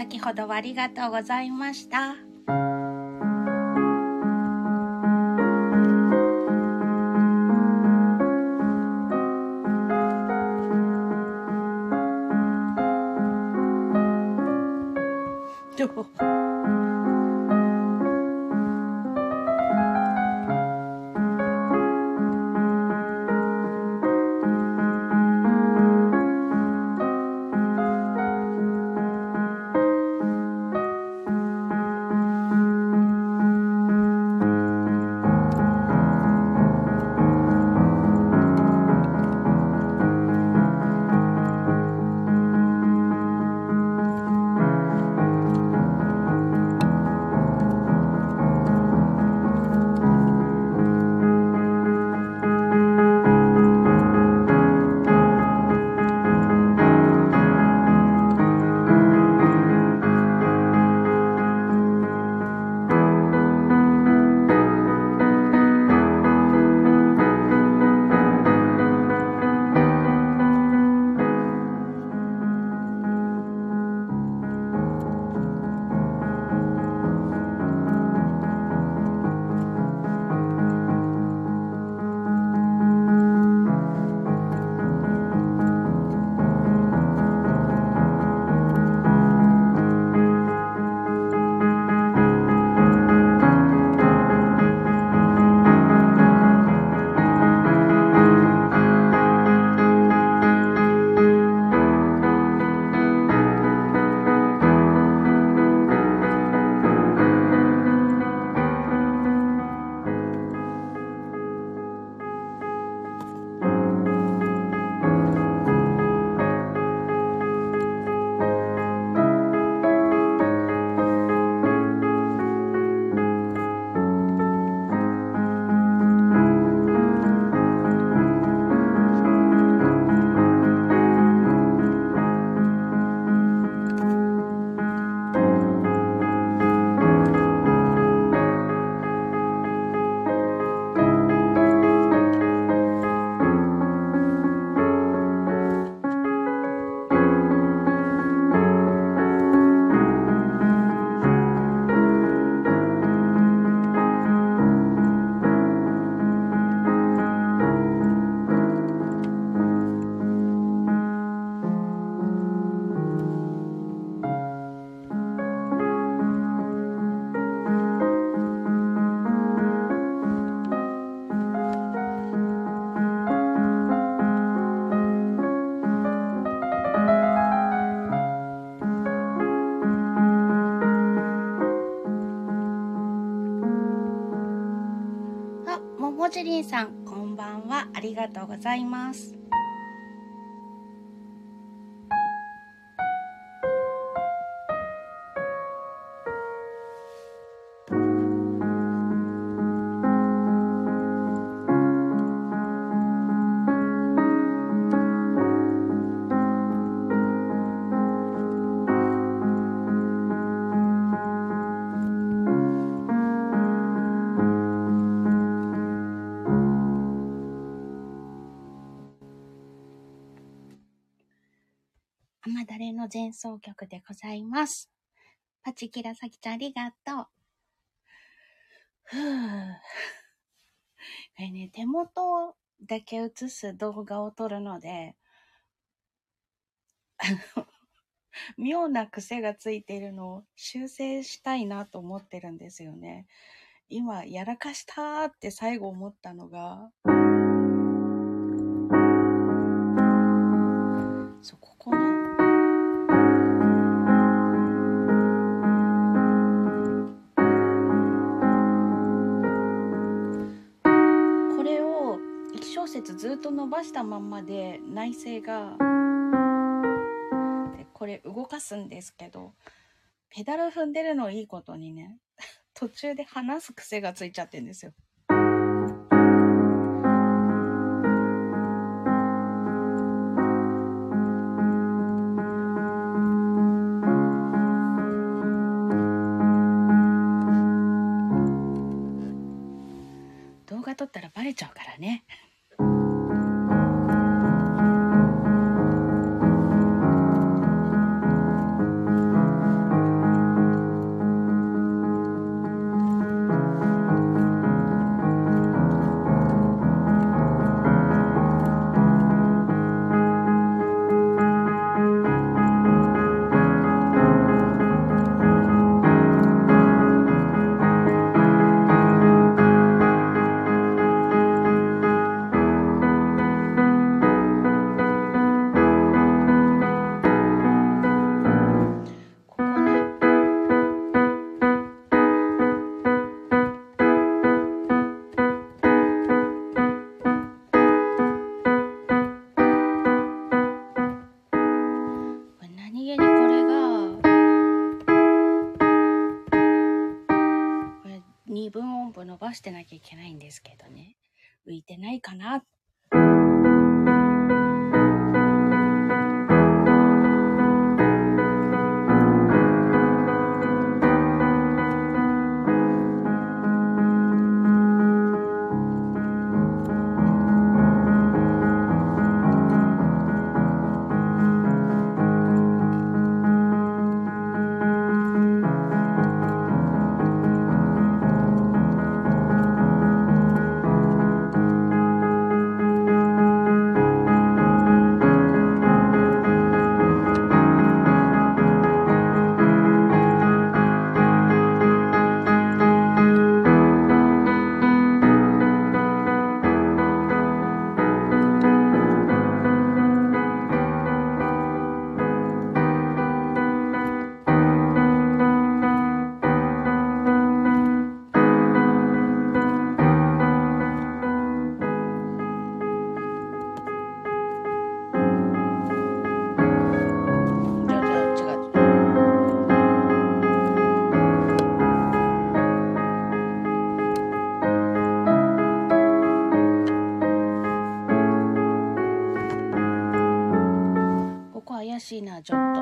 先ほどはありがとうございました。ももじりんさん、こんばんは。ありがとうございます。甘だれの前奏曲でございます。パチキラサキちゃん、ありがとう。手元だけ映す動画を撮るので、妙な癖がついているのを修正したいなと思ってるんですよね。今、やらかしたーって最後思ったのが、ここね。これを1小節ずっと伸ばしたまんまで内声がでこれ動かすんですけど、ペダル踏んでるのいいことにね、途中で話す癖がついちゃってるんですよ。動画撮ったらバレちゃうからね。 ぶ伸ばしてなきゃいけないんですけどね。浮いてないかな。ここ怪しいな、ちょっと。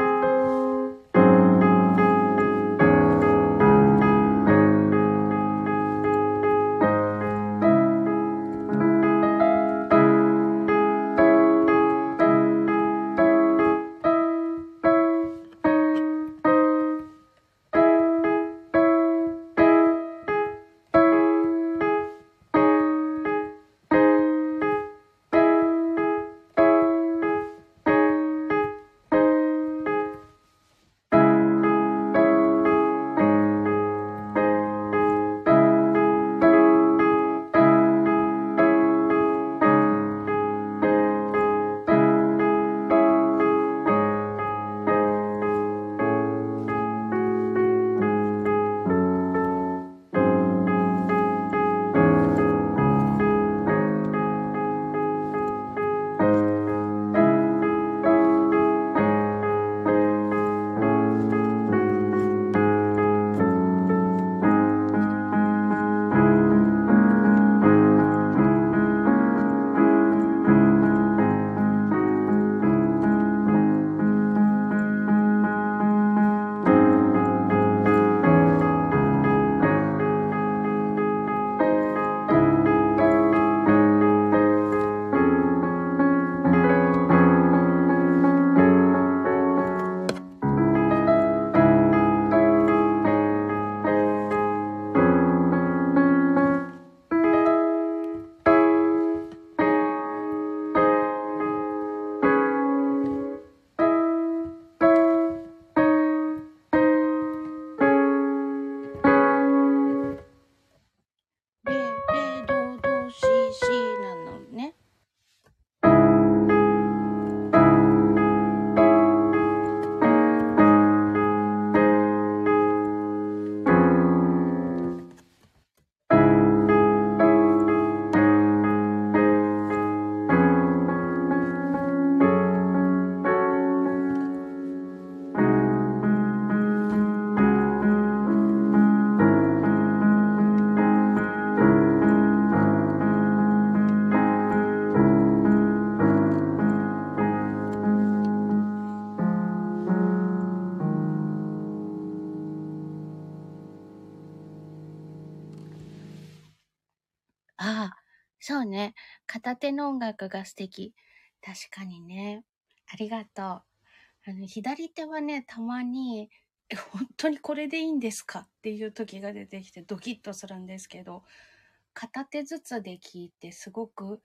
ああ、そうね。片手の音楽が素敵。確かにね。ありがとう。左手はね、たまに、本当にこれでいいんですかっていう時が出てきてドキッとするんですけど、片手ずつで聴いてすごく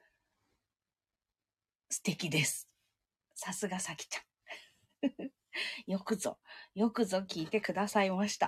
素敵です。さすがさきちゃん。よくぞ聞いてくださいました。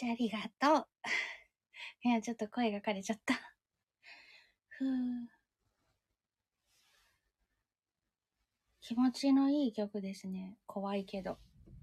ちありがとう。いや、ちょっと声が枯れちゃった。ふぅ。気持ちのいい曲ですね。怖いけど。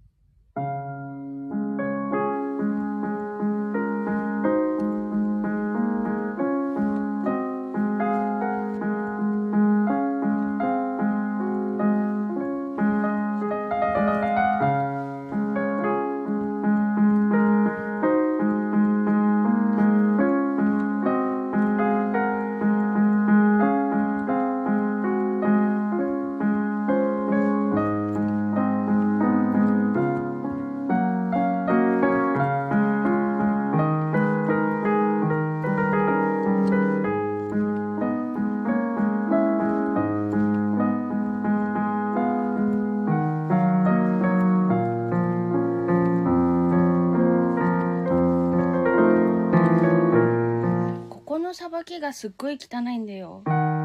ここのさばきがすっごい汚いんだよ。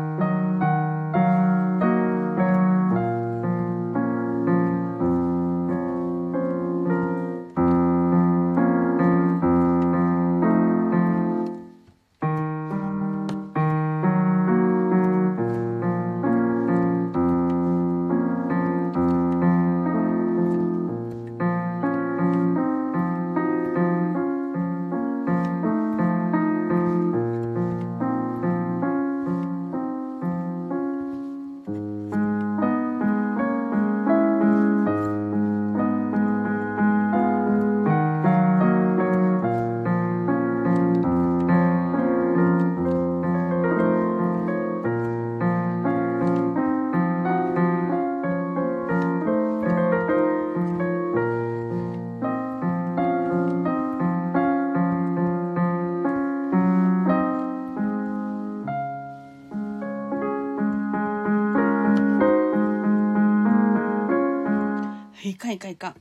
いかんいかんいかん。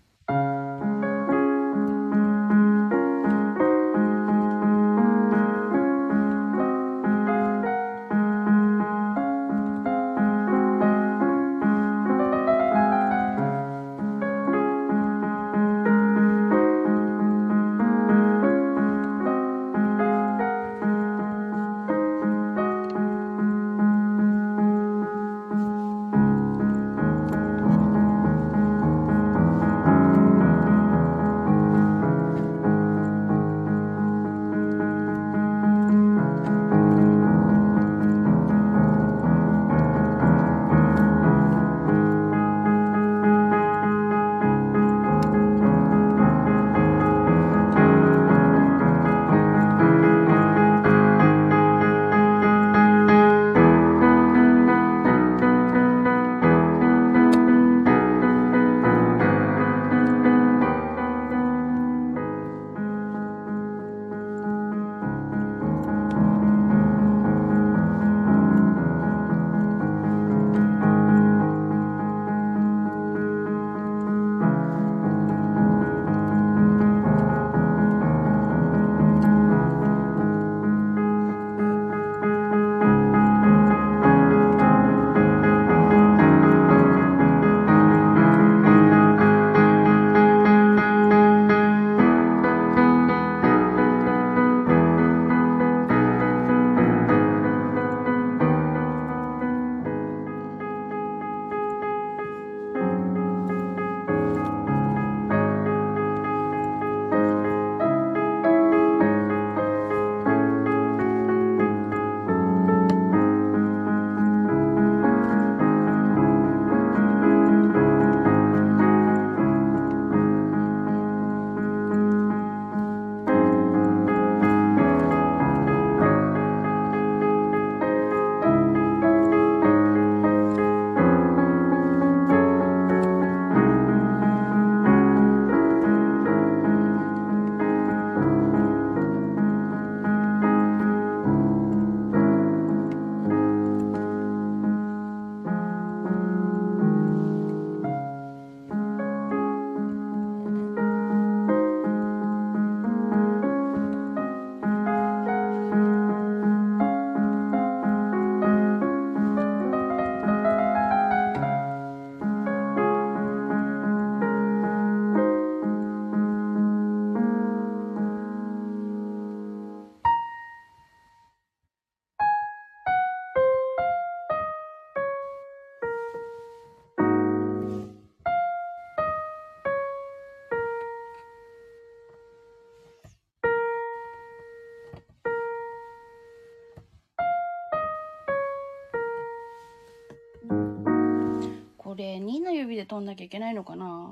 これ2の指で取んなきゃいけないのかな。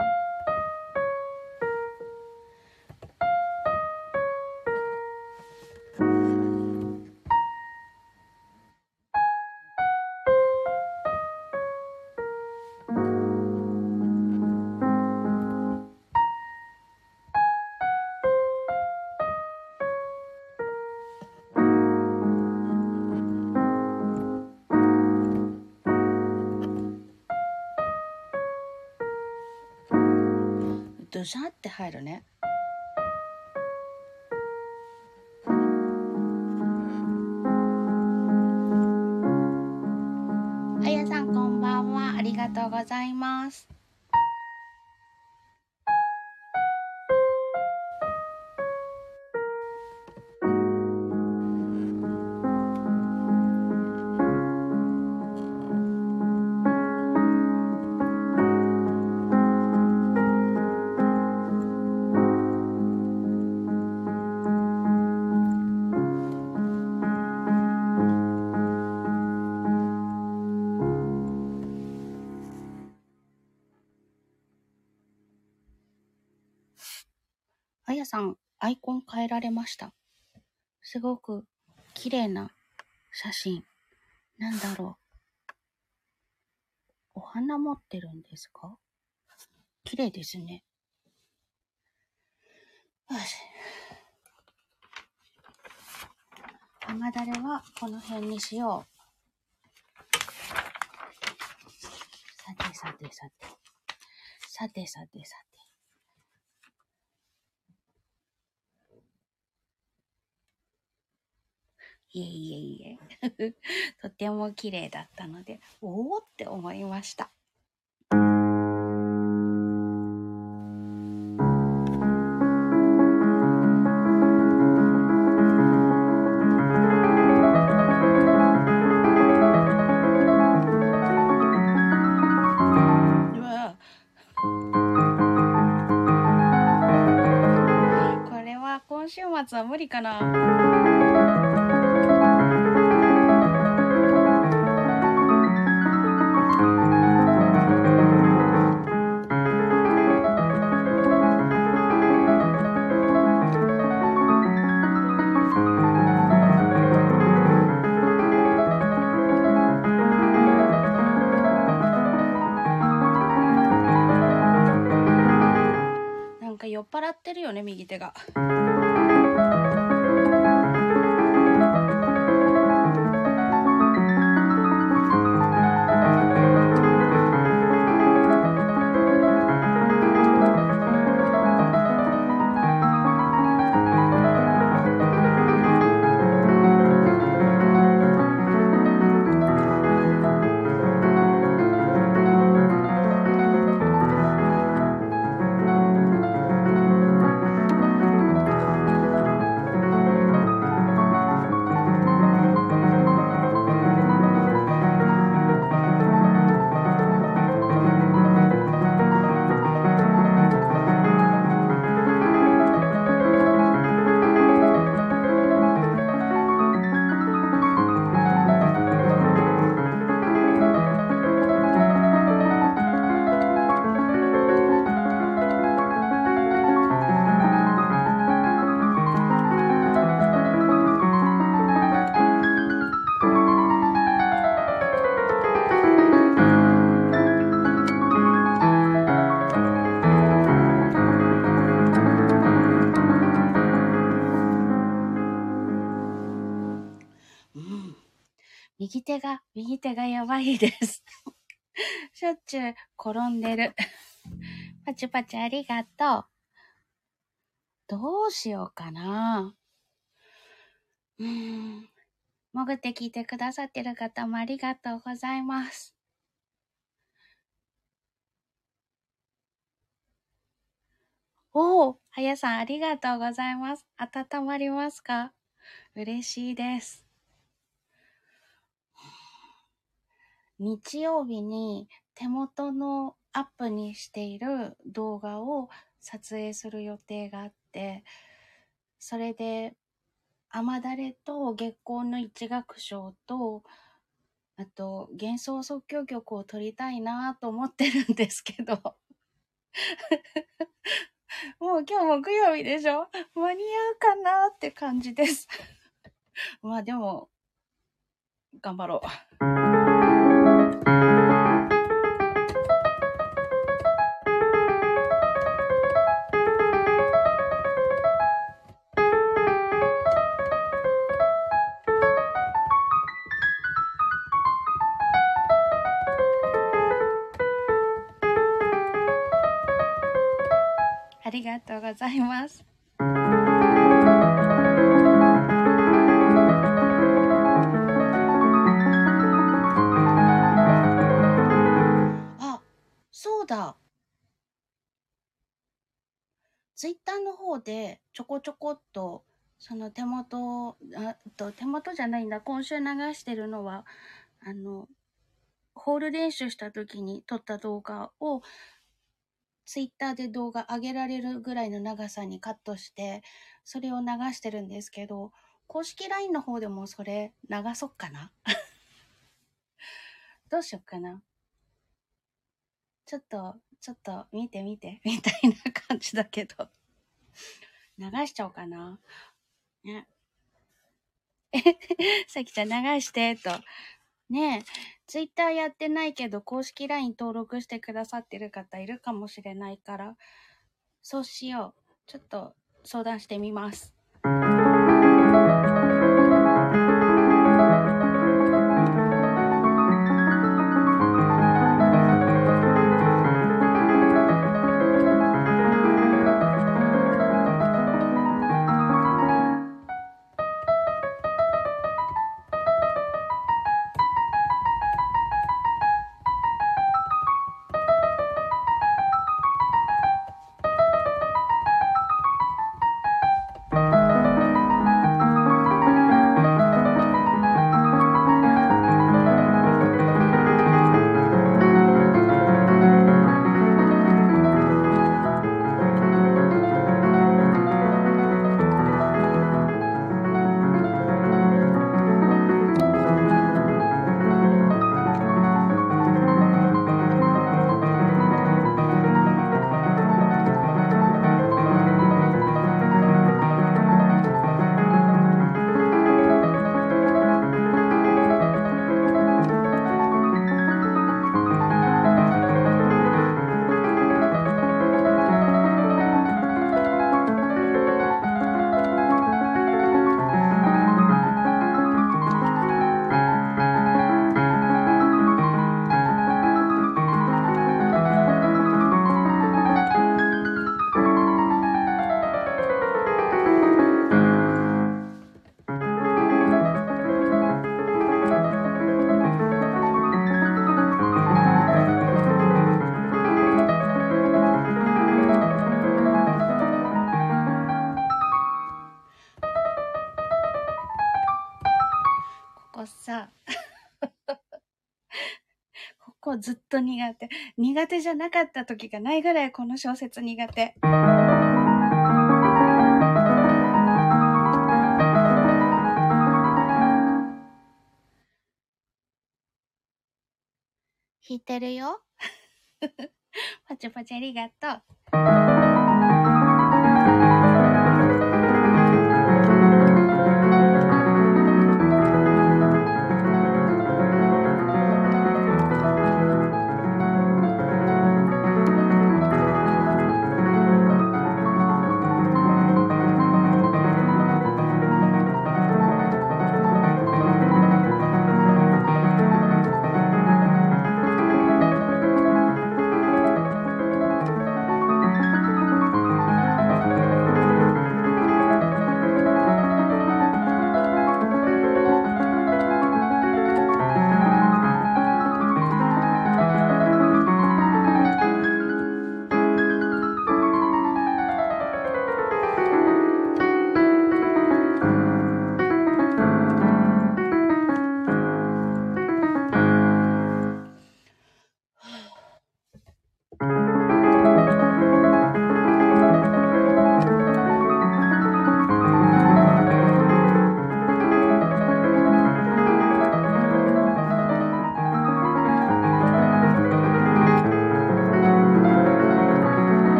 ドシャって入るね。あやさんこんばんは。ありがとうございます。あやさん、アイコン変えられました。すごく綺麗な写真。なんだろう。お花持ってるんですか？綺麗ですね。よし。甘だれはこの辺にしよう。さてさてさて。さてさてさて。いえいえいえ。とても綺麗だったので、おーって思いました。うわ、これは今週末は無理かな。なんか酔っ払ってるよね、右手が。右手がやばいです。しょっちゅう転んでる。パチパチありがとう。どうしようかな。潜って聞いてくださってる方もありがとうございます。おー、はやさんありがとうございます。温まりますか？嬉しいです。日曜日に手元のアップにしている動画を撮影する予定があって、それで甘だれと月光の一楽章とあと、幻想即興曲を撮りたいなと思ってるんですけど。もう今日木曜日でしょ？間に合うかなって感じです。まあでも、頑張ろう。ありがとうございます。あ、そうだ。ツイッターの方でちょこちょこっと、その手元じゃないんだ、今週流してるのは、ホール練習した時に撮った動画を、ツイッターで動画上げられるぐらいの長さにカットして、それを流してるんですけど、公式 LINE の方でもそれ流そっかなどうしよっかな。ちょっと見てみたいな感じだけど。流しちゃおうかな。ね。さきちゃん流してと。ねえ、ツイッターやってないけど公式 LINE 登録してくださってる方いるかもしれないから、そうしよう。ちょっと相談してみます。ここさ、ここずっと苦手。苦手じゃなかった時がないぐらいこの小説苦手。弾いてるよ。パチパチありがとう。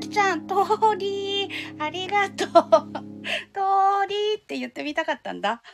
ちゃん、通り、ありがとう。通りって言ってみたかったんだ。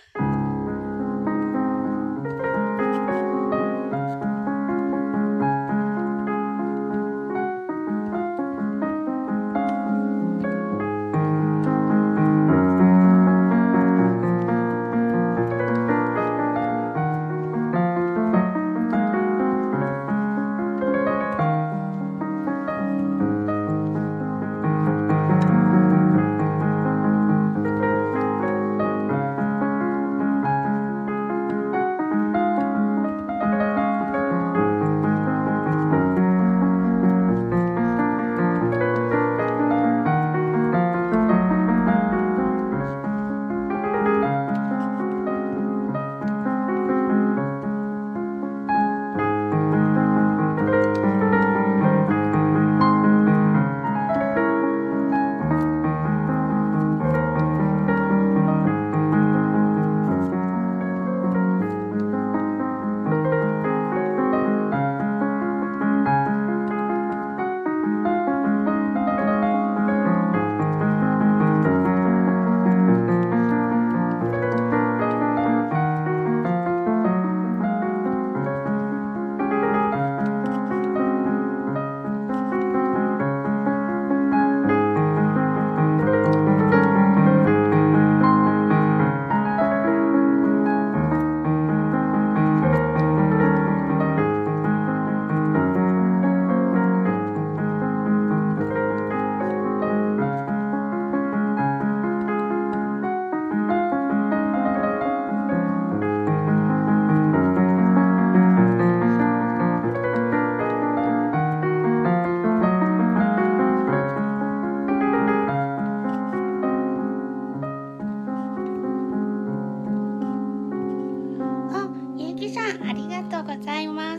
あ、ゆうきさん、ありがとうございます。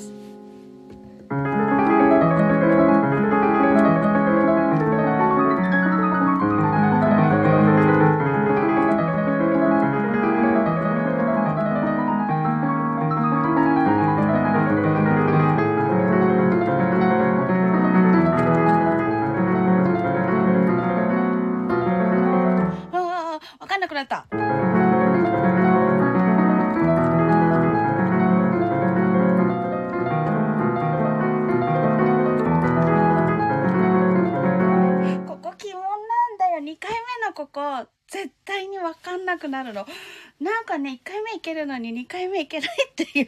わかんなくなった。ここ鬼門なんだよ。2回目のここ、絶対にわかんなくなるの。なんかね、1回目いけるのに2回目いけないっていう。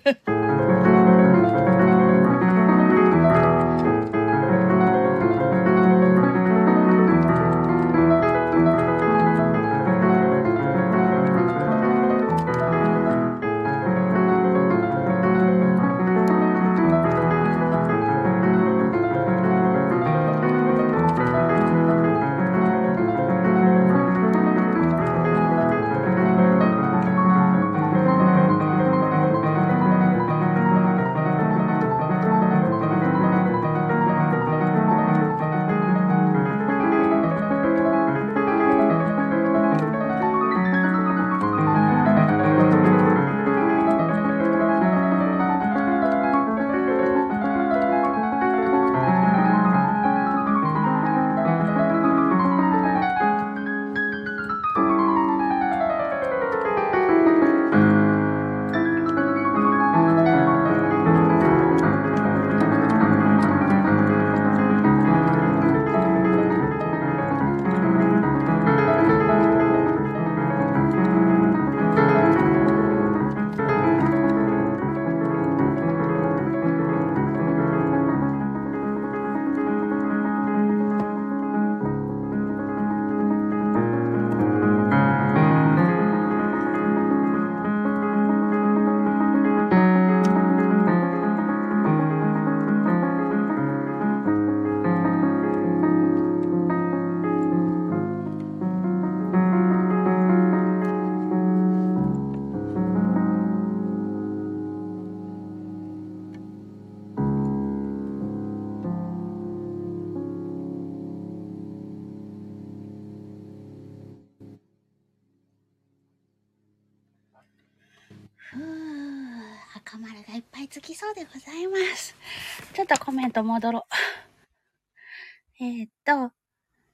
赤丸がいっぱいつきそうでございます。ちょっとコメント戻ろう。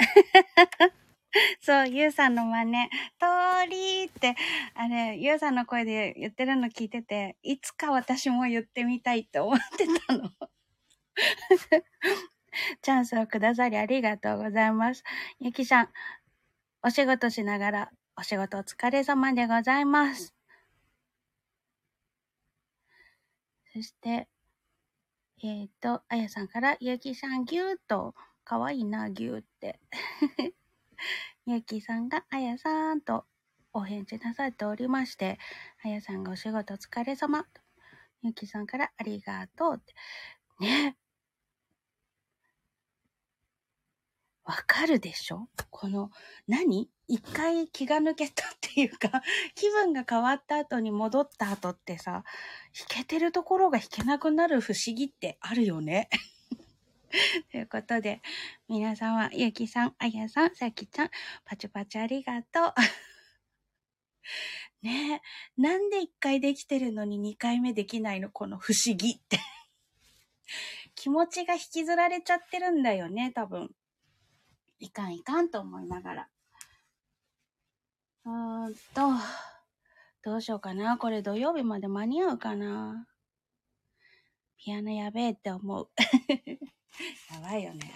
そう、ゆうさんの真似。通りって、あれ、ゆうさんの声で言ってるの聞いてて、いつか私も言ってみたいって思ってたの。チャンスをくださりありがとうございます。ゆきさん、お仕事しながら、お仕事お疲れ様でございます。そして、あやさんから、ゆきさんぎゅーっと、かわいいな、ぎゅーって。ゆきさんが、あやさんとお返事なさっておりまして、あやさんがお仕事お疲れ様。ゆきさんからありがとうって。ね。わかるでしょこの、一回気が抜けたっていうか、気分が変わった後に戻った後ってさ、弾けてるところが弾けなくなる不思議ってあるよね。ということで、皆様、ゆきさん、あやさん、さきちゃん、パチパチありがとう。ねえ、なんで一回できてるのに二回目できないのこの不思議って。気持ちが引きずられちゃってるんだよね、多分。いかんいかんと思いながら。どうしようかな。これ土曜日まで間に合うかな。ピアノやべえって思う。やばいよね。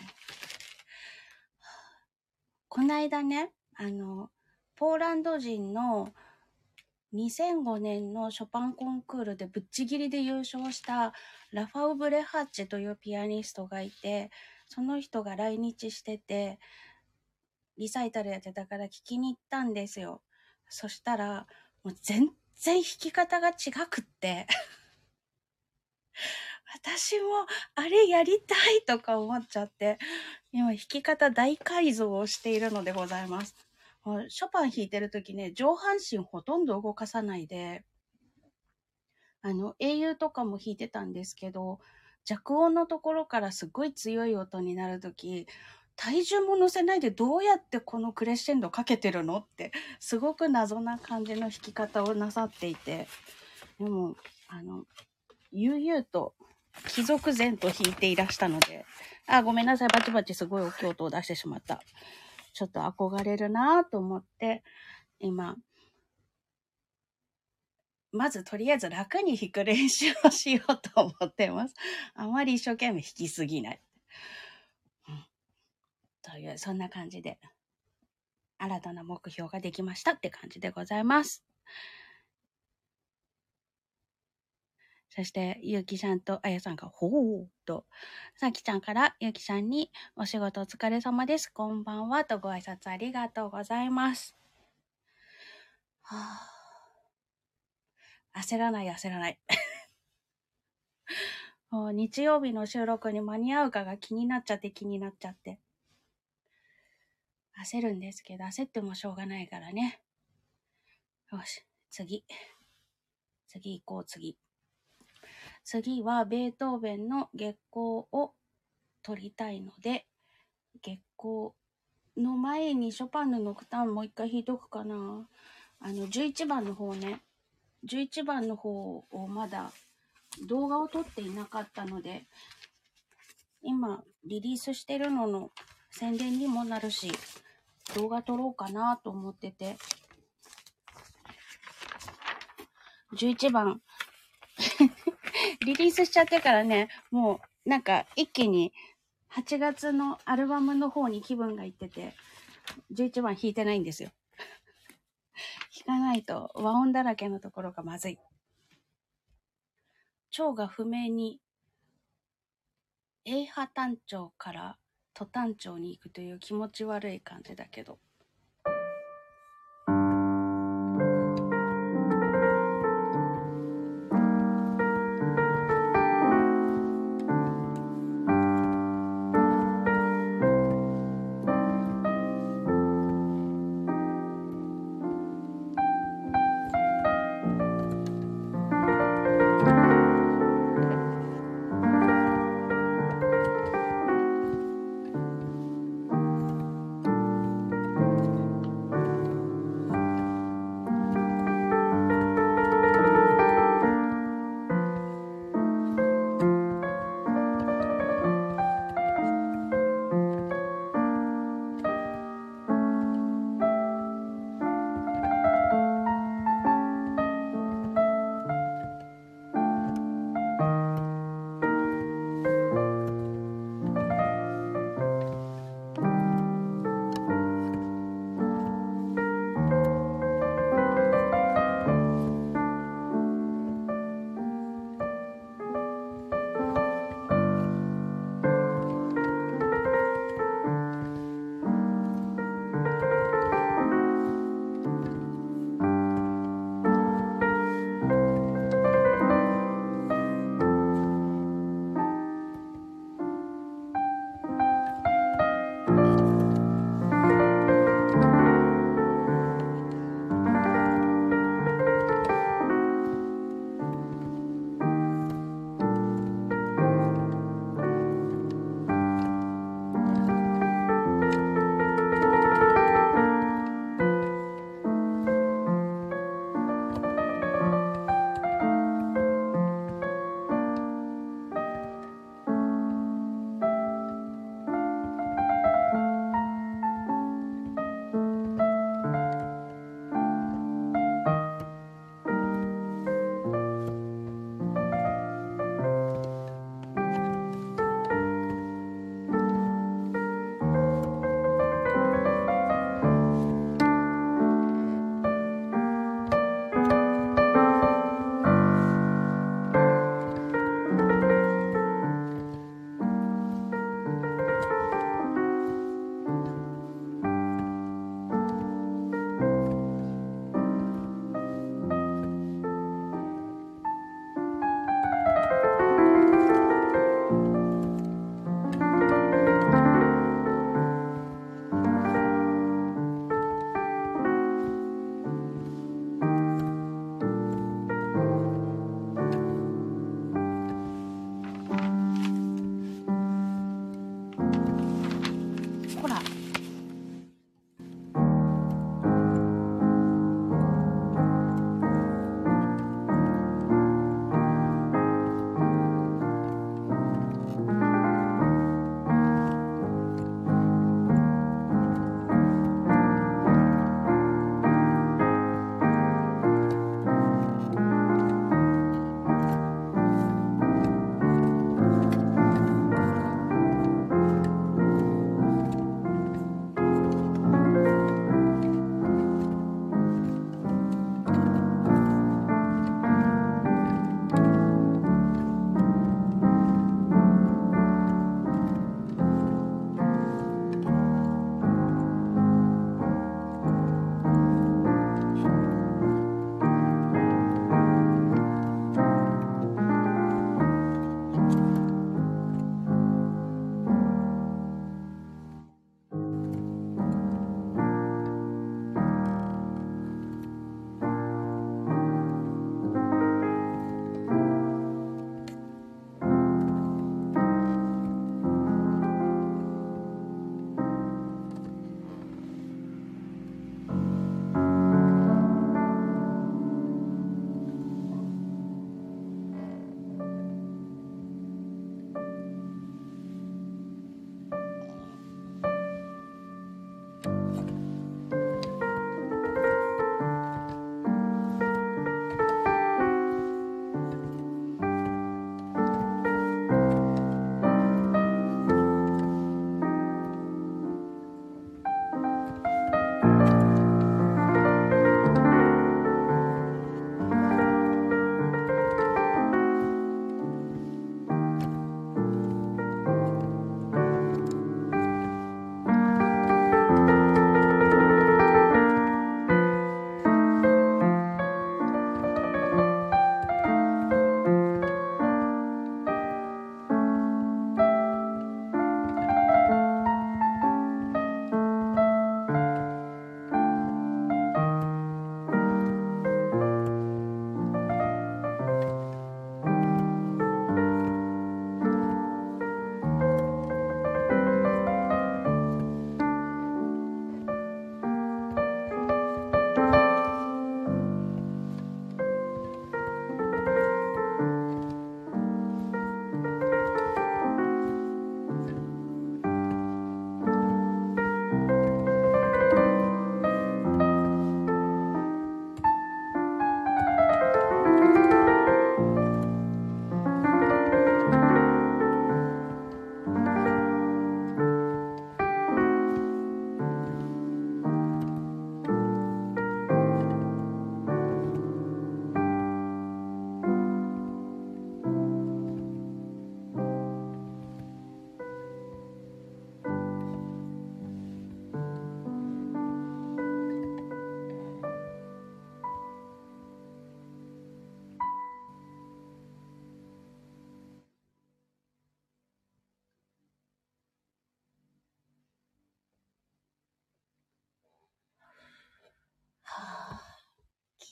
こないだね、ポーランド人の2005年のショパンコンクールでぶっちぎりで優勝したラファウ・ブレハッチというピアニストがいて、その人が来日してて、リサイタルやってたから聞きに行ったんですよ。そしたら、もう全然弾き方が違くって、私もあれやりたいとか思っちゃって、今弾き方大改造をしているのでございます。ショパン弾いてるときね、上半身ほとんど動かさないで、英雄とかも弾いてたんですけど、弱音のところからすごい強い音になるとき、体重も乗せないでどうやってこのクレッシェンドかけてるのって、すごく謎な感じの弾き方をなさっていて、でも、悠々と貴族前と弾いていらしたので、ごめんなさい、バチバチすごい大きい音を出してしまった。ちょっと憧れるなぁと思って、今、まずとりあえず楽に弾く練習をしようと思ってます。あまり一生懸命弾きすぎない。という、そんな感じで、新たな目標ができましたって感じでございます。そして、ゆうきさんとあやさんが、ほーと、さきちゃんからゆうきさんに、お仕事お疲れ様です。こんばんは。とご挨拶ありがとうございます。はぁ、焦らない。もう日曜日の収録に間に合うかが気になっちゃって。焦るんですけど、焦ってもしょうがないからね。よし、次行こう、次はベートーベンの月光を取りたいので、月光の前にショパンのノクターンもう一回弾いとくかな。11番の方ね。11番の方をまだ動画を撮っていなかったので、今リリースしてるのの宣伝にもなるし、動画撮ろうかなと思ってて。11番リリースしちゃってからね、もうなんか一気に8月のアルバムの方に気分がいってて、11番弾いてないんですよ。弾かないと和音だらけのところがまずい。蝶が不明に A 波単調から途単調に行くという気持ち悪い感じだけど。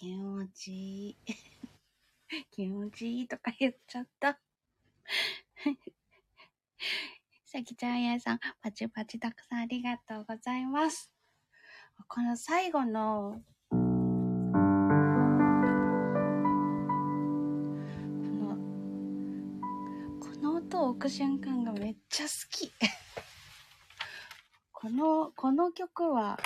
気持ちいい。気持ちいいとか言っちゃった。さきちゃんやさん、パチパチたくさんありがとうございます。この最後の、この音を置く瞬間がめっちゃ好き。この曲は、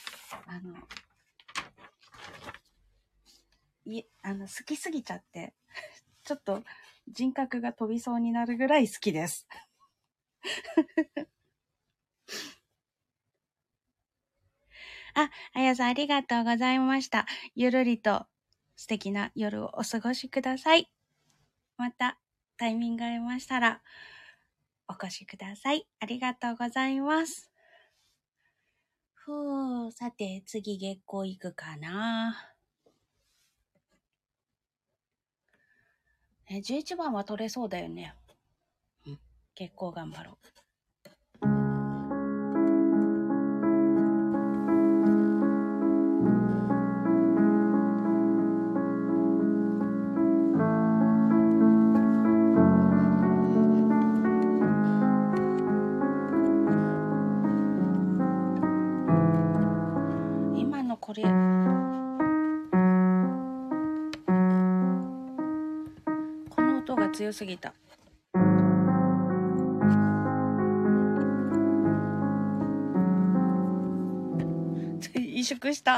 好きすぎちゃって、ちょっと人格が飛びそうになるぐらい好きです。あやさんありがとうございました。ゆるりと素敵な夜をお過ごしください。またタイミングが合いましたらお越しください。ありがとうございます。さて次月光行くかな。11番は取れそうだよね。月光頑張ろう。今のこれこの音が強すぎた。萎縮した。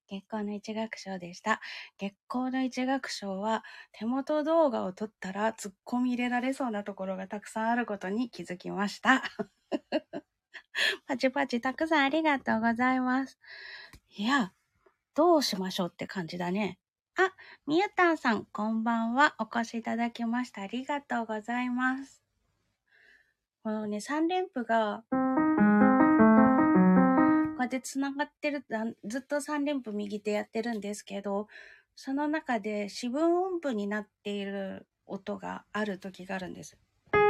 月光の一楽章でした。月光の一楽章は手元動画を撮ったら突っ込み入れられそうなところがたくさんあることに気づきました。パチパチたくさんありがとうございます。いや、どうしましょうって感じだね。あ、みゆたんさん、こんばんは。お越しいただきました。ありがとうございます。このね、3連符が、こうやって繋がってる、ずっと3連符右手やってるんですけど、その中で四分音符になっている音がある時があるんです。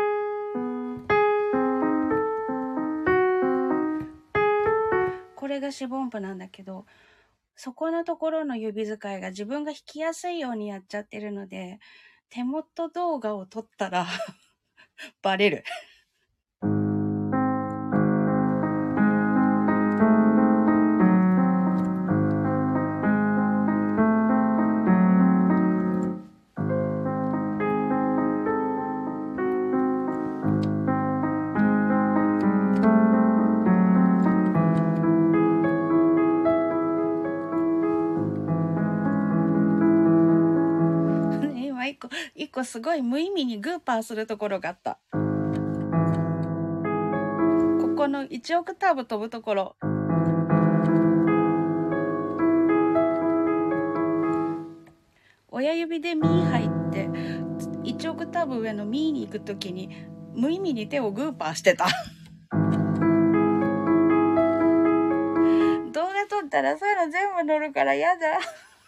これが四分音符なんだけど、そこのところの指使いが自分が弾きやすいようにやっちゃってるので、手元動画を撮ったらバレる。今一個すごい無意味にグーパーするところがあった。ここの1オクターブ飛ぶところ。親指でミー入って1オクターブ上のミーに行くときに無意味に手をグーパーしてた。動画撮ったらそういうの全部乗るからやだ。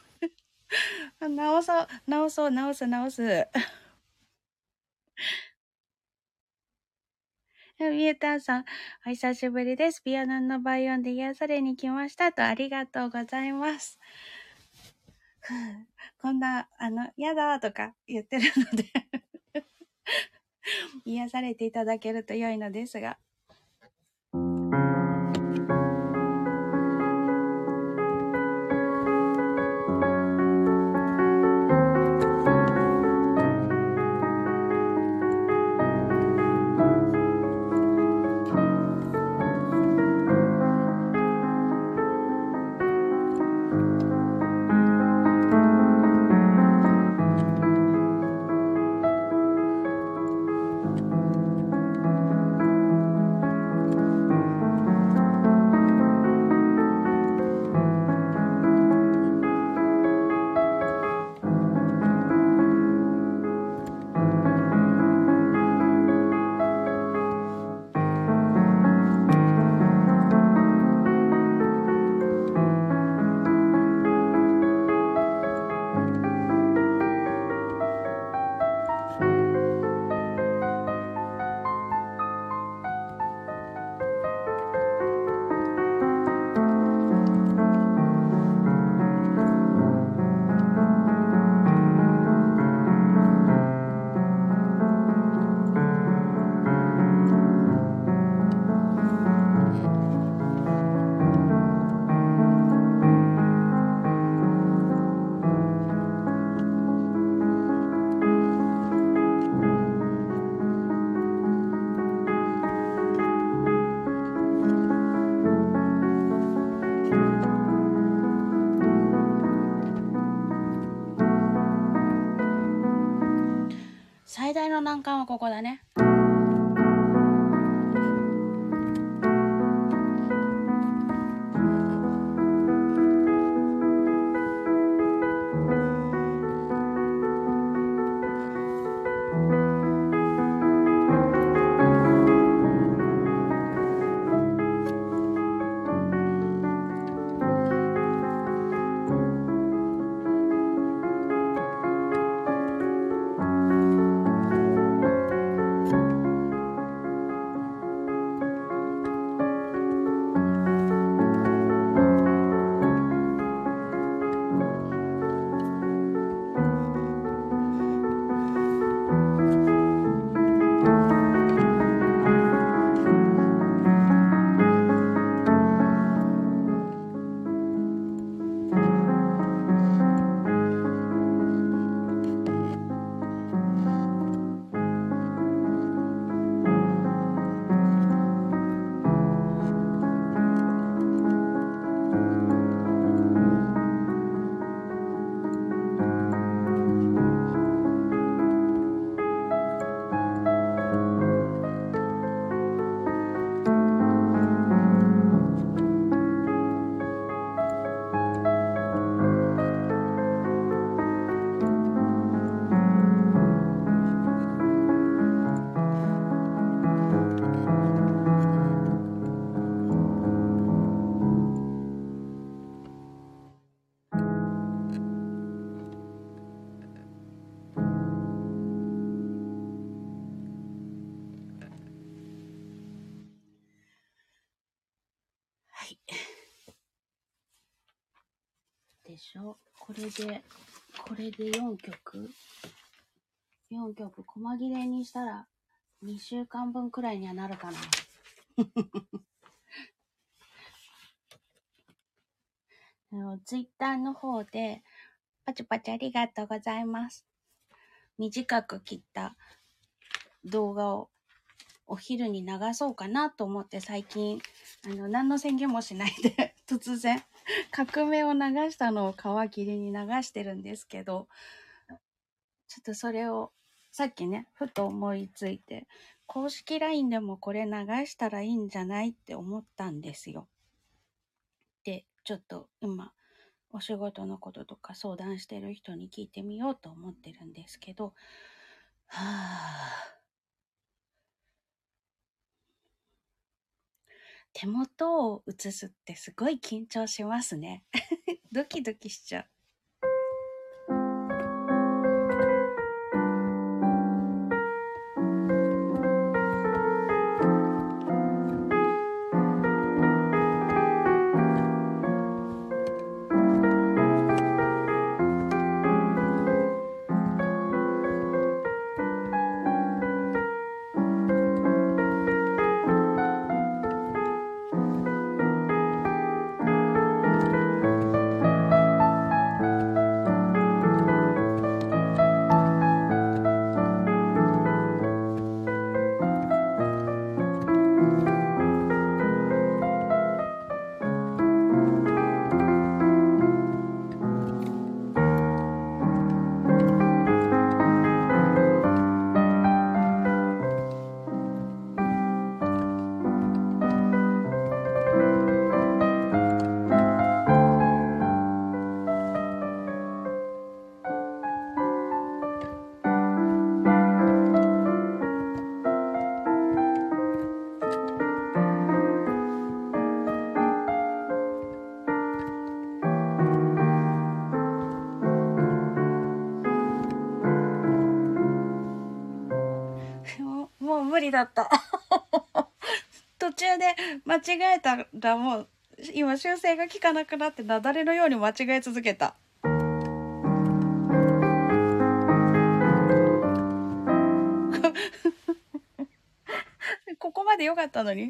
直す。みゆたんさん、お久しぶりです。ピアノの倍音で癒されに来ましたと、ありがとうございます。こんな、やだとか言ってるので癒されていただけると良いのですが。最大の難関はここだね。 。でしょ。これで4曲細切れにしたら2週間分くらいにはなるかな。ツイッターの方でパチパチありがとうございます。短く切った動画をお昼に流そうかなと思って最近何の宣言もしないで突然革命を流したのを皮切りに流してるんですけど、ちょっとそれをさっきねふと思いついて公式 LINE でもこれ流したらいいんじゃないって思ったんですよ。でちょっと今お仕事のこととか相談してる人に聞いてみようと思ってるんですけど、手元を映すってすごい緊張しますね。ドキドキしちゃう。もう無理だった。途中で間違えたらもう今修正が効かなくなって雪崩のように間違え続けた。ここまで良かったのに。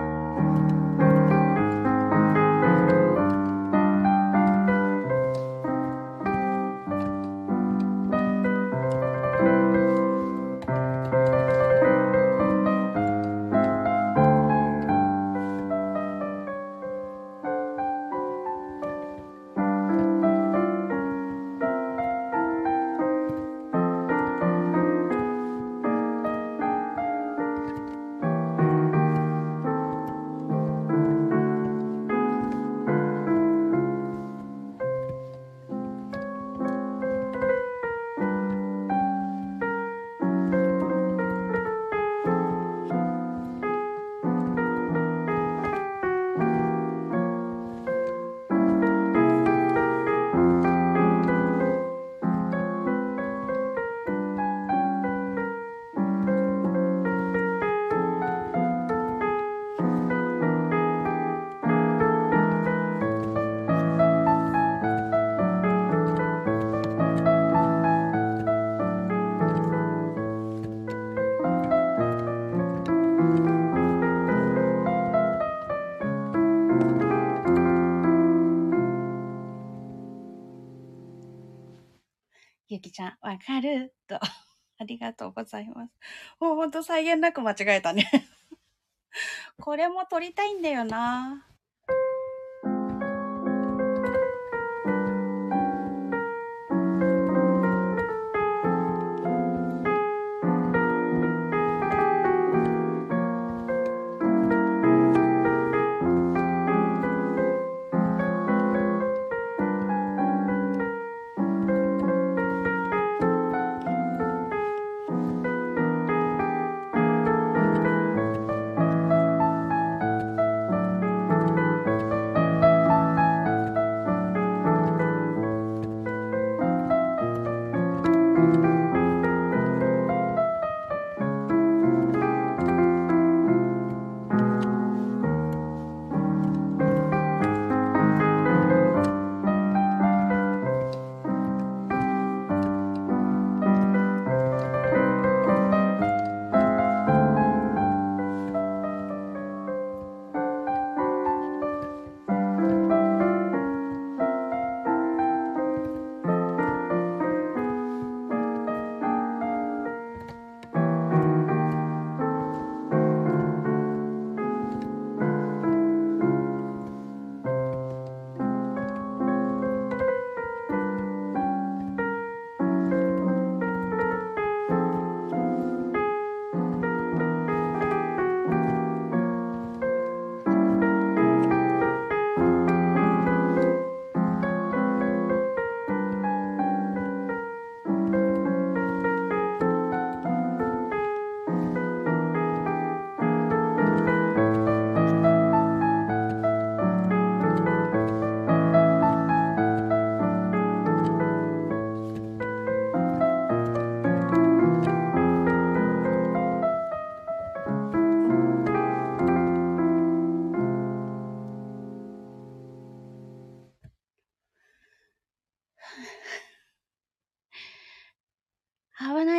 ゆきちゃん、わかると。ありがとうございます。もうほんと際限なく間違えたね。これも撮りたいんだよな。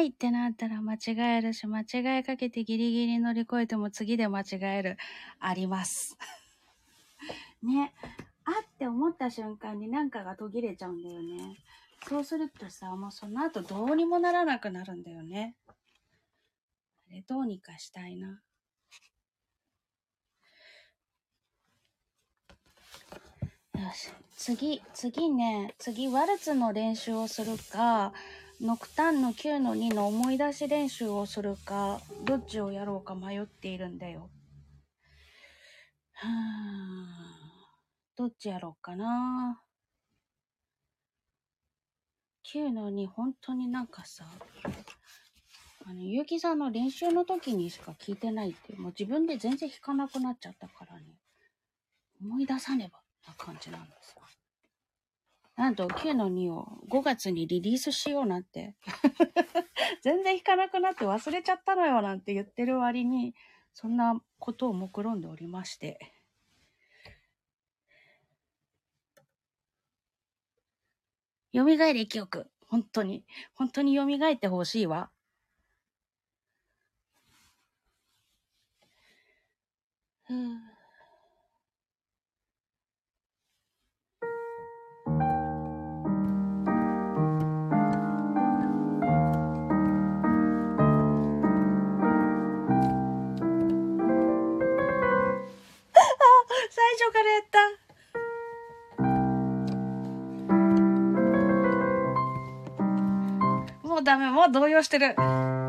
ってなったら間違えるし、間違えかけてギリギリ乗り越えても次で間違える。あります。ね。あって思った瞬間になんかが途切れちゃうんだよね。そうするとさ、もうその後どうにもならなくなるんだよね。あれどうにかしたいな。よし。次ワルツの練習をするか、ノクターンの9の2の思い出し練習をするか、どっちをやろうか迷っているんだよ。どっちやろうかな。9の2、本当になんかさ、ゆうきさんの練習の時にしか聞いてないって、もう自分で全然弾かなくなっちゃったからね。思い出さねばな感じなんですよ。なんと9の2を5月にリリースしようなんて。全然弾かなくなって忘れちゃったのよなんて言ってる割に、そんなことを目論んでおりまして。蘇れ記憶。本当に蘇ってほしいわ。最初からやった。もうダメ、もう動揺してる。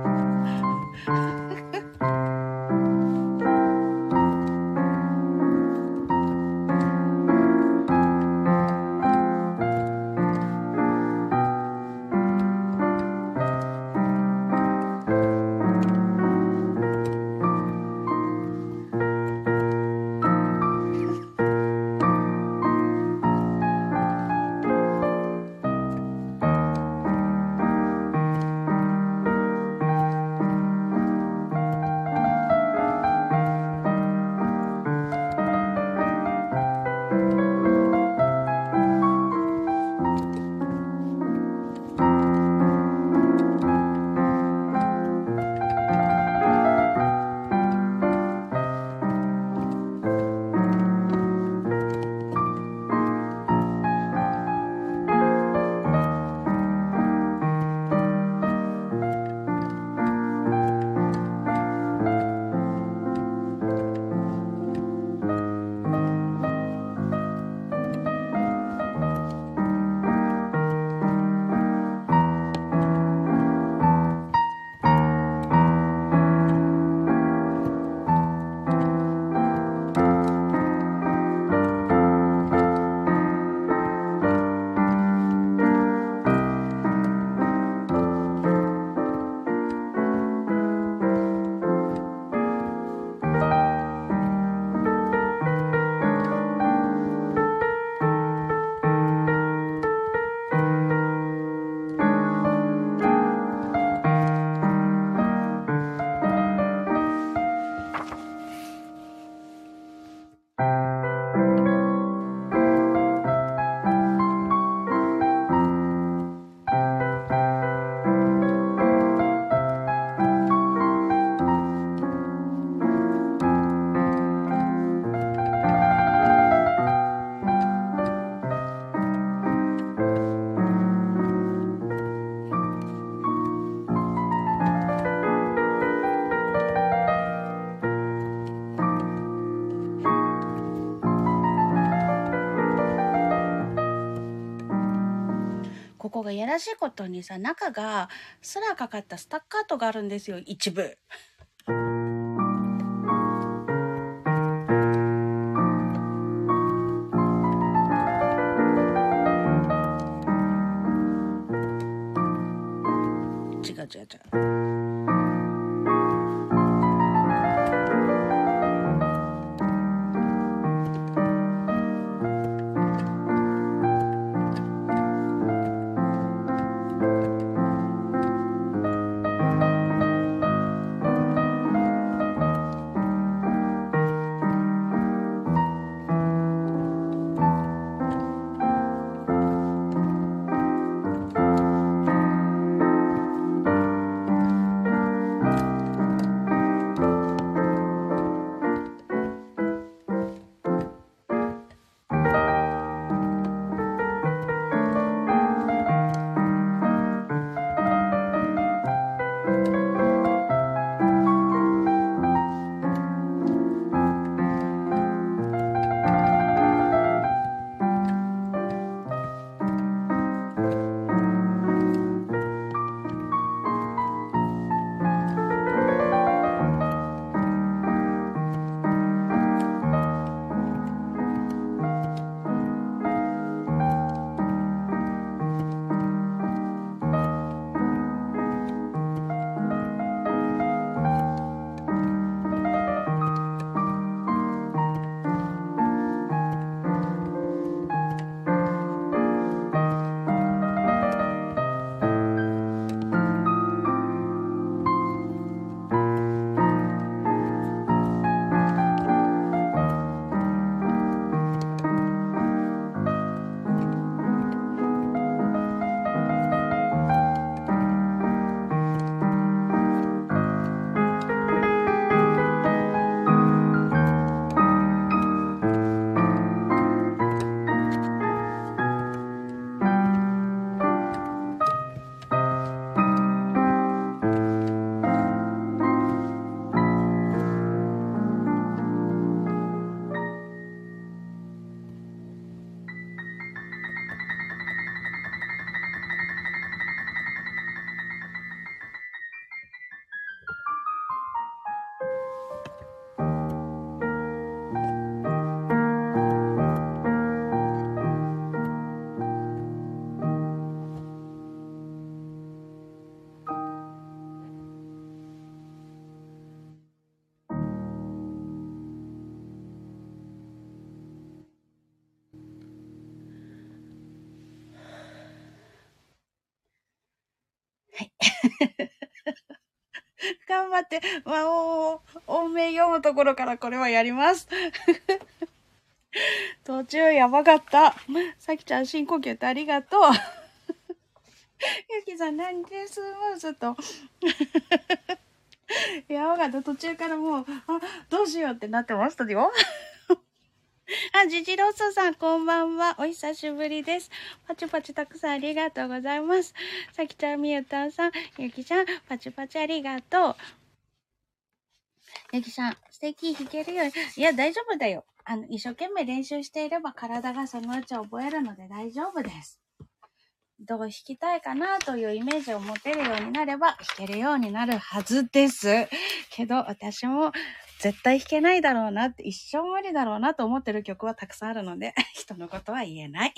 ここがやらしいことにさ、中がスラかかったスタッカートがあるんですよ、一部。違う違う違う。 頑張って、多め読むところからこれはやります。途中やばかった。さきちゃん深呼吸ってありがとう。ゆきさん何でスムーズと。やばかった。途中からもう、どうしようってなってましたよ。ジジローソさん、こんばんは。お久しぶりです。パチパチたくさんありがとうございます。さきちゃん、みゆたんさん、ゆきちゃん、パチパチありがとう。ゆきさん、素敵、弾けるよ。いや、大丈夫だよ。一生懸命練習していれば体がそのうち覚えるので大丈夫です。どう弾きたいかなというイメージを持てるようになれば弾けるようになるはずです。けど、私も絶対弾けないだろうなって、一生無理だろうなと思ってる曲はたくさんあるので、人のことは言えない。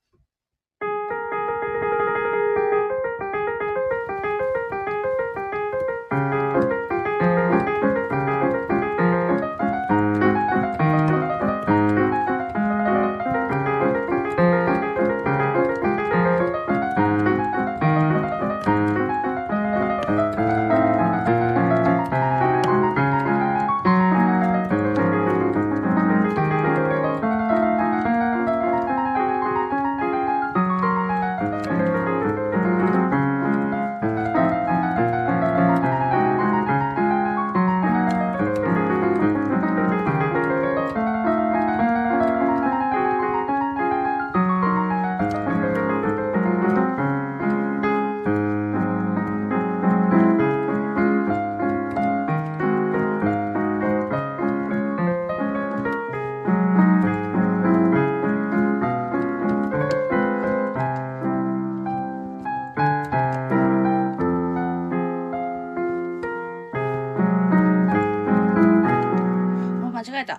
間違えた。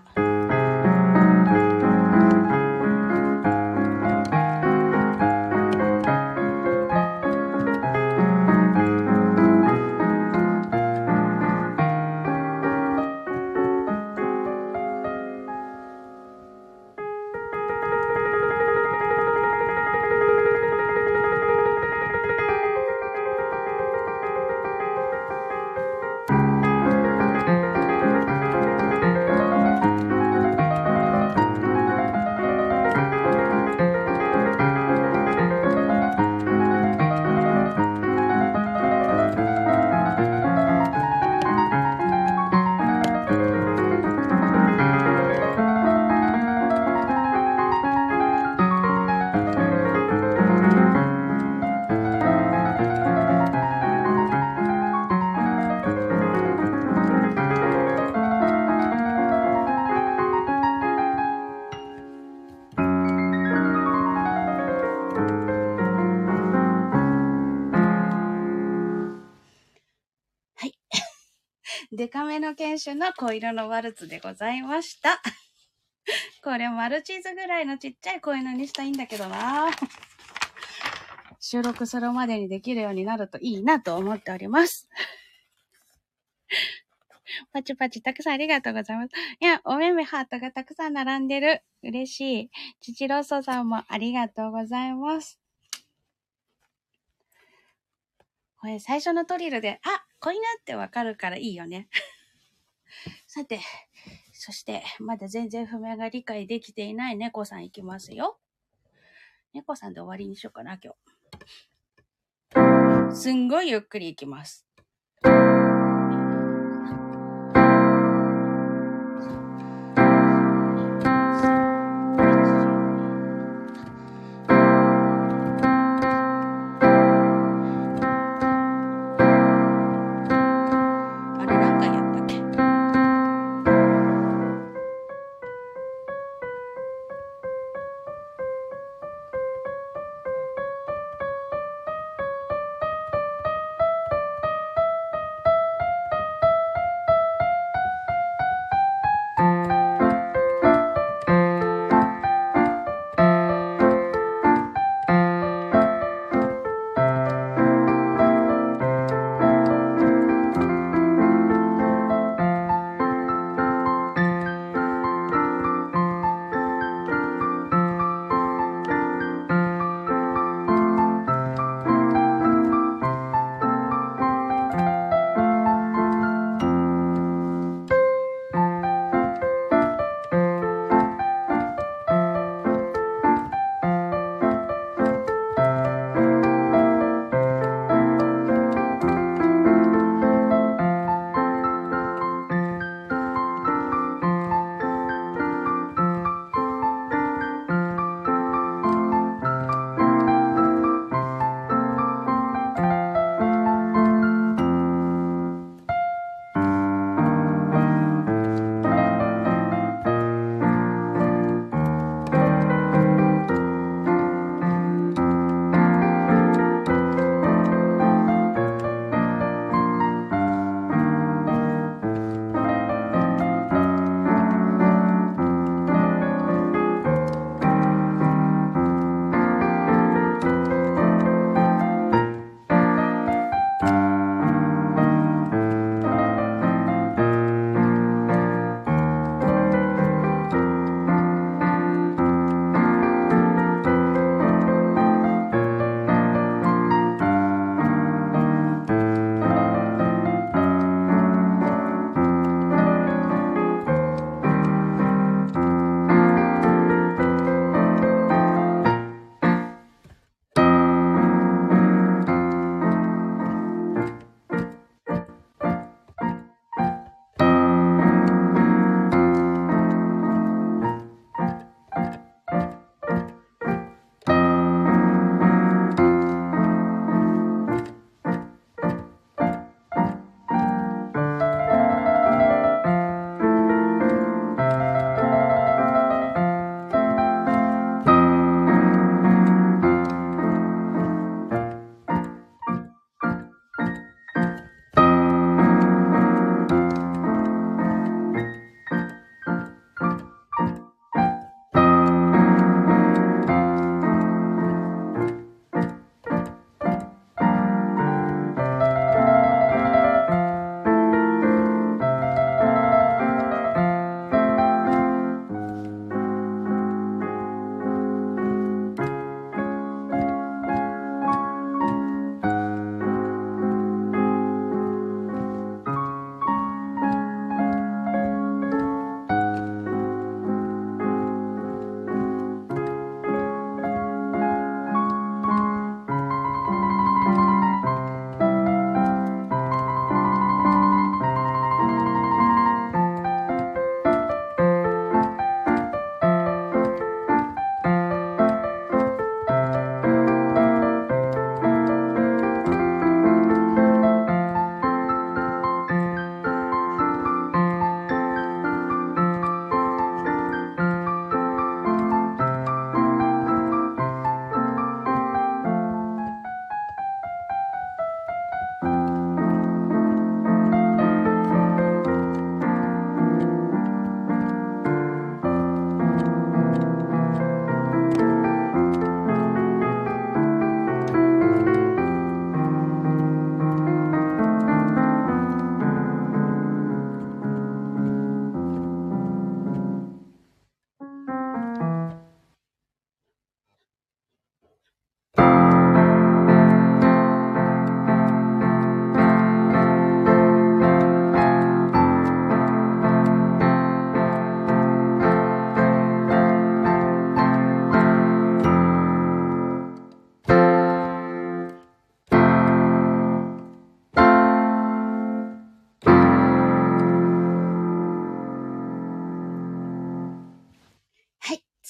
はい。デカめの犬種の小色のワルツでございました。これマルチーズぐらいのちっちゃい子犬にしたいんだけどな。収録するまでにできるようになるといいなと思っております。パチパチたくさんありがとうございます。いや、おめめハートがたくさん並んでる。嬉しい。チチロッソさんもありがとうございます。これ最初のトリルで、子犬ってわかるからいいよね。さて、そしてまだ全然譜面が理解できていない猫さんいきますよ。猫さんで終わりにしようかな、今日。すんごいゆっくりいきます。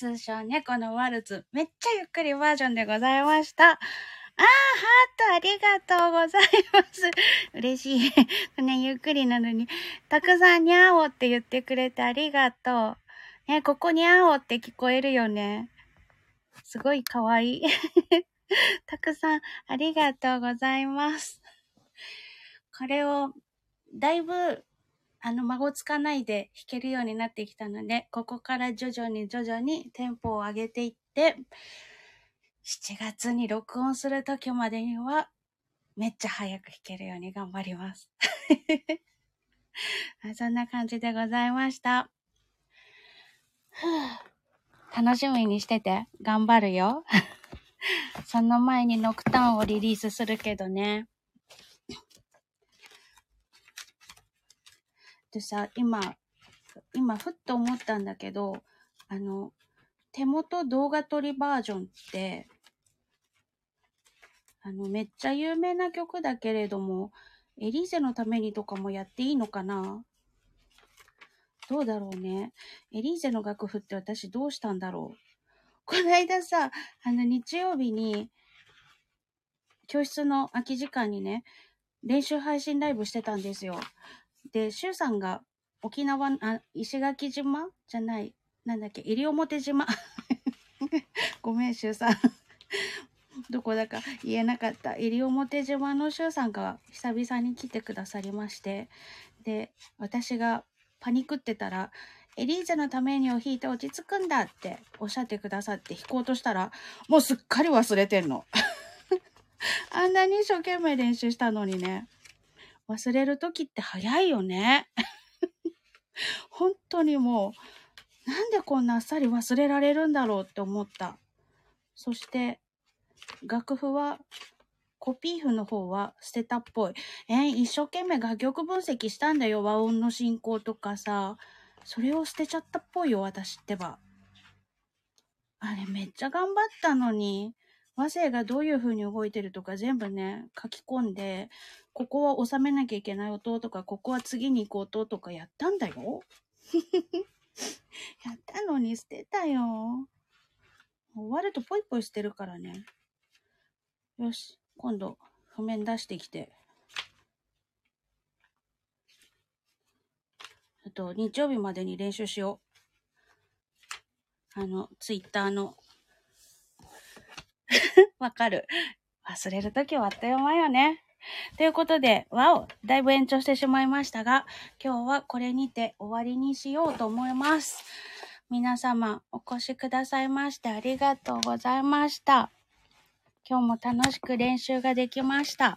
通称猫のワルツ、めっちゃゆっくりバージョンでございました。ハートありがとうございます。嬉しい。ね、ゆっくりなのに、たくさんにゃおって言ってくれてありがとう。ね、ここにゃおって聞こえるよね。すごいかわいい。たくさんありがとうございます。これを、だいぶ、孫つかないで弾けるようになってきたので、ここから徐々にテンポを上げていって、7月に録音するときまでには、めっちゃ早く弾けるように頑張ります。そんな感じでございました。楽しみにしてて、頑張るよ。その前にノクターンをリリースするけどね。でさ、今ふっと思ったんだけど、手元動画撮りバージョンって、めっちゃ有名な曲だけれども、エリーゼのためにとかもやっていいのかな？どうだろうね。エリーゼの楽譜って私どうしたんだろう。この間さ、日曜日に、教室の空き時間にね、練習配信ライブしてたんですよ。で、シュウさんが沖縄、石垣島じゃない、なんだっけ、西表島。ごめん、シュウさん。どこだか言えなかった。西表島のシュウさんが久々に来てくださりまして、で、私がパニクってたら、エリーゼのためにを弾いて落ち着くんだっておっしゃってくださって弾こうとしたら、もうすっかり忘れてんの。あんなに一生懸命練習したのにね。忘れる時って早いよね。本当にもう、なんでこんなあっさり忘れられるんだろうって思った。そして、楽譜は、コピー譜の方は捨てたっぽい。一生懸命楽曲分析したんだよ。和音の進行とかさ。それを捨てちゃったっぽいよ、私ってば。あれめっちゃ頑張ったのに、和声がどういう風に動いてるとか全部ね、書き込んで、ここは収めなきゃいけない音とか、ここは次に行く音とかやったんだよ。やったのに捨てたよ。終わるとポイポイ捨てるからね。よし、今度譜面出してきて。日曜日までに練習しよう。ツイッターの。わかる。忘れるときはあっという間よね。ということで、だいぶ延長してしまいましたが、今日はこれにて終わりにしようと思います。皆様お越しくださいましてありがとうございました。今日も楽しく練習ができました。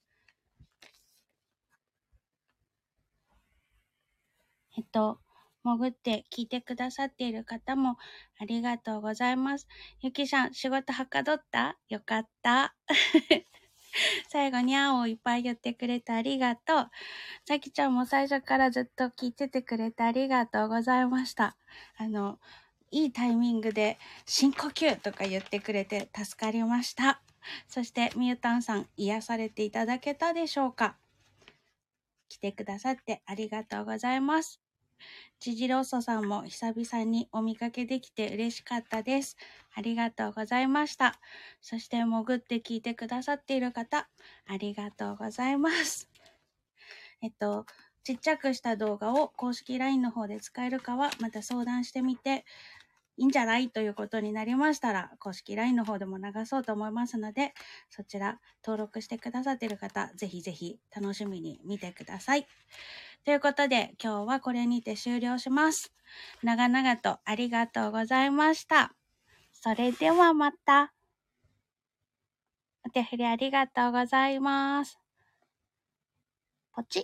潜って聞いてくださっている方もありがとうございます。ゆきさん、仕事はかどった？よかった。最後にあおいっぱい言ってくれてありがとう。さきちゃんも最初からずっと聞いててくれてありがとうございました。いいタイミングで深呼吸とか言ってくれて助かりました。そしてみゆたんさん、癒されていただけたでしょうか？来てくださってありがとうございます。ちじろっそさんも久々にお見かけできて嬉しかったです。ありがとうございました。そして潜って聞いてくださっている方、ありがとうございます。ちっちゃくした動画を公式 LINE の方で使えるかはまた相談してみて、いいんじゃないということになりましたら、公式 LINE の方でも流そうと思いますので、そちら登録してくださっている方、ぜひぜひ楽しみに見てください。ということで、今日はこれにて終了します。長々とありがとうございました。それではまた。お手振りありがとうございます。ポチッ。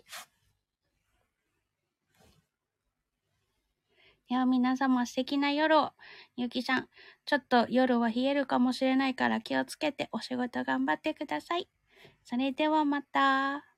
では皆様素敵な夜を。ゆきさん、ちょっと夜は冷えるかもしれないから気をつけてお仕事頑張ってください。それではまた。